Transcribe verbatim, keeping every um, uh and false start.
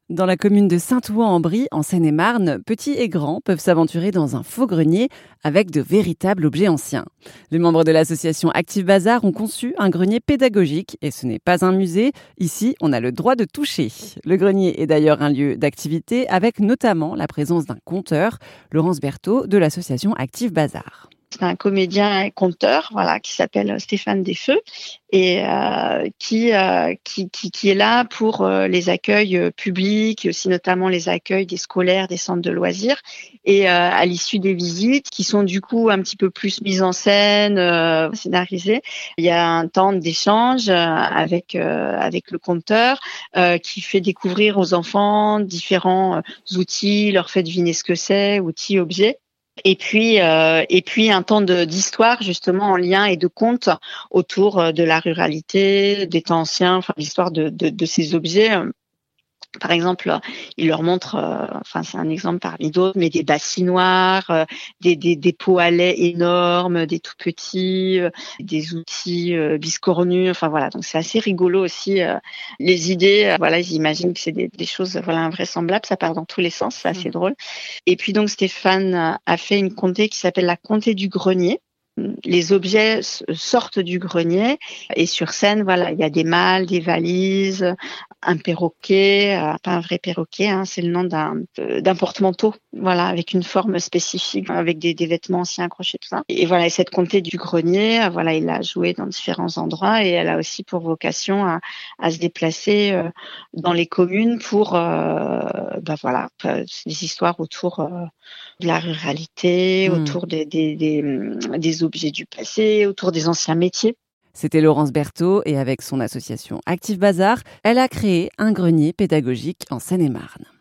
Dans la commune de Saint-Ouen-en-Brie, en Seine-et-Marne, petits et grands peuvent s'aventurer dans un faux grenier avec de véritables objets anciens. Les membres de l'association Active Bazar ont conçu un grenier pédagogique et ce n'est pas un musée. Ici, on a le droit de toucher. Le grenier est d'ailleurs un lieu d'activité avec notamment la présence d'un conteur, Laurence Berthaud de l'association Active Bazar. C'est un comédien et conteur, voilà, qui s'appelle Stéphane Desfeux et euh, qui, euh, qui qui qui est là pour euh, les accueils euh, publics, et aussi notamment les accueils des scolaires, des centres de loisirs. Et euh, à l'issue des visites, qui sont du coup un petit peu plus mises en scène, euh, scénarisées, il y a un temps d'échange euh, avec euh, avec le conteur euh, qui fait découvrir aux enfants différents euh, outils, leur fait deviner ce que c'est, outils, objets. Et puis, euh, et puis un temps de, d'histoire justement en lien et de contes autour de la ruralité, des temps anciens, enfin l'histoire de, de, de ces objets. Par exemple, il leur montre, euh, enfin c'est un exemple parmi d'autres, mais des bassinoires, euh, des, des, des pots à lait énormes, des tout petits, euh, des outils euh, biscornus. Enfin voilà, donc c'est assez rigolo aussi. Euh, les idées, euh, voilà, ils imaginent que c'est des, des choses voilà invraisemblables. Ça part dans tous les sens, c'est assez mmh. drôle. Et puis donc Stéphane a fait une comté qui s'appelle la comté du grenier. Les objets sortent du grenier et sur scène, voilà, il y a des malles, des valises, un perroquet, euh, pas un vrai perroquet, hein, c'est le nom d'un, d'un porte-manteau, voilà, avec une forme spécifique, avec des, des vêtements anciens accrochés, tout ça. Et voilà, et cette comté du grenier, euh, voilà, il a joué dans différents endroits et elle a aussi pour vocation à, à se déplacer euh, dans les communes pour, euh, bah voilà, des histoires autour euh, de la ruralité, mmh. autour des, des, des, des objets du passé, autour des anciens métiers. C'était Laurence Berthaud et avec son association Active Bazar, elle a créé un grenier pédagogique en Seine-et-Marne.